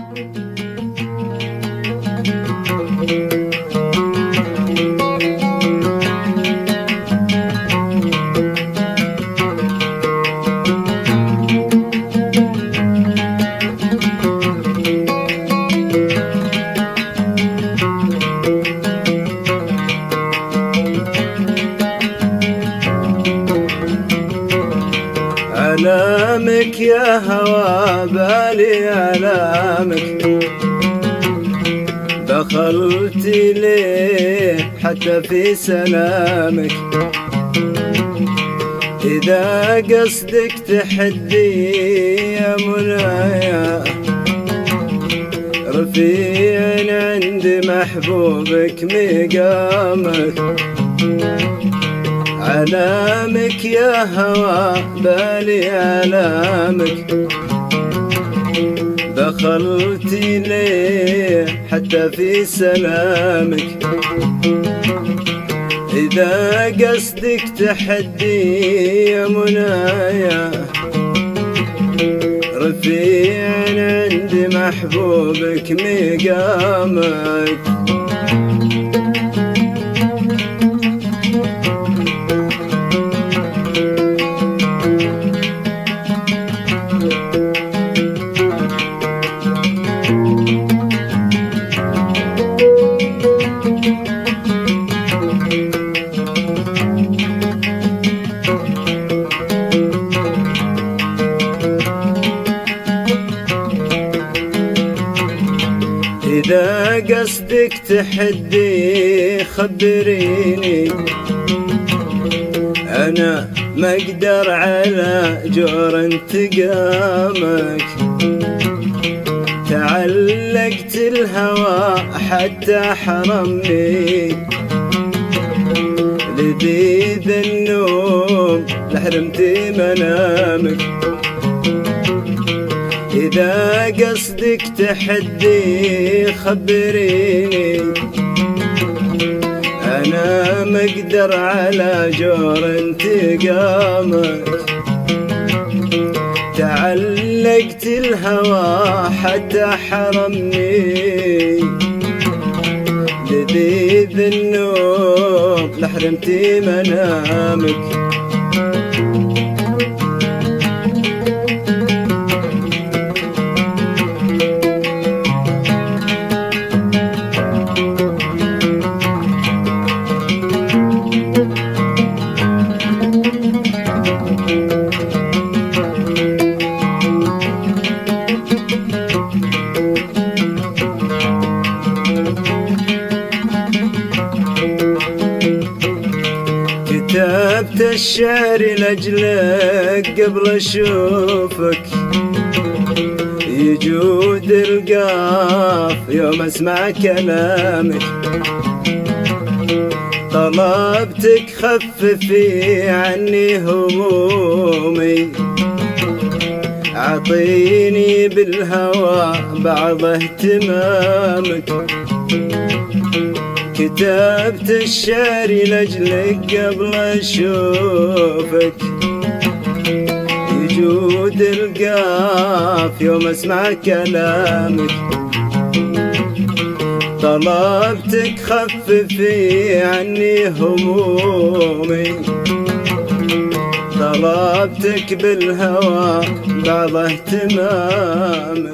علامك يا هوى بالي علامك، دخلت ليه حتى في سلامك. إذا قصدك تحدي يا منايا، رفيع عند محبوبك مقامك. علامك يا هوى بالي علامك، دخلت ليه حتى في سلامك. إذا قصدك تحدي يا منايا، رفيع عند محبوبك مقامك. إذا قصدك تحدي خبريني، أنا ما أقدر على جور انتقامك. تعلقت الهوى حتى حرمني، لذيذ النوم لحرمت منامك. إذا قصدك تحدي خبريني، أنا ما أقدر على جور انتقامك. تعلقت الهوى حتى حرمني، لذيذ النوم لحرمت منامك. كتبت الشعر لأجلك قبل أشوفك، يجود القاف يوم أسمع كلامك. طلبتك خففي عني همومي، أعطيني بالهوى بعض اهتمامك. كتبت الشعر لأجلك قبل أشوفك، يجود القاف يوم أسمع كلامك. طلبتك خففي عني همومي، طلبتك بالهوى بعض اهتمامك.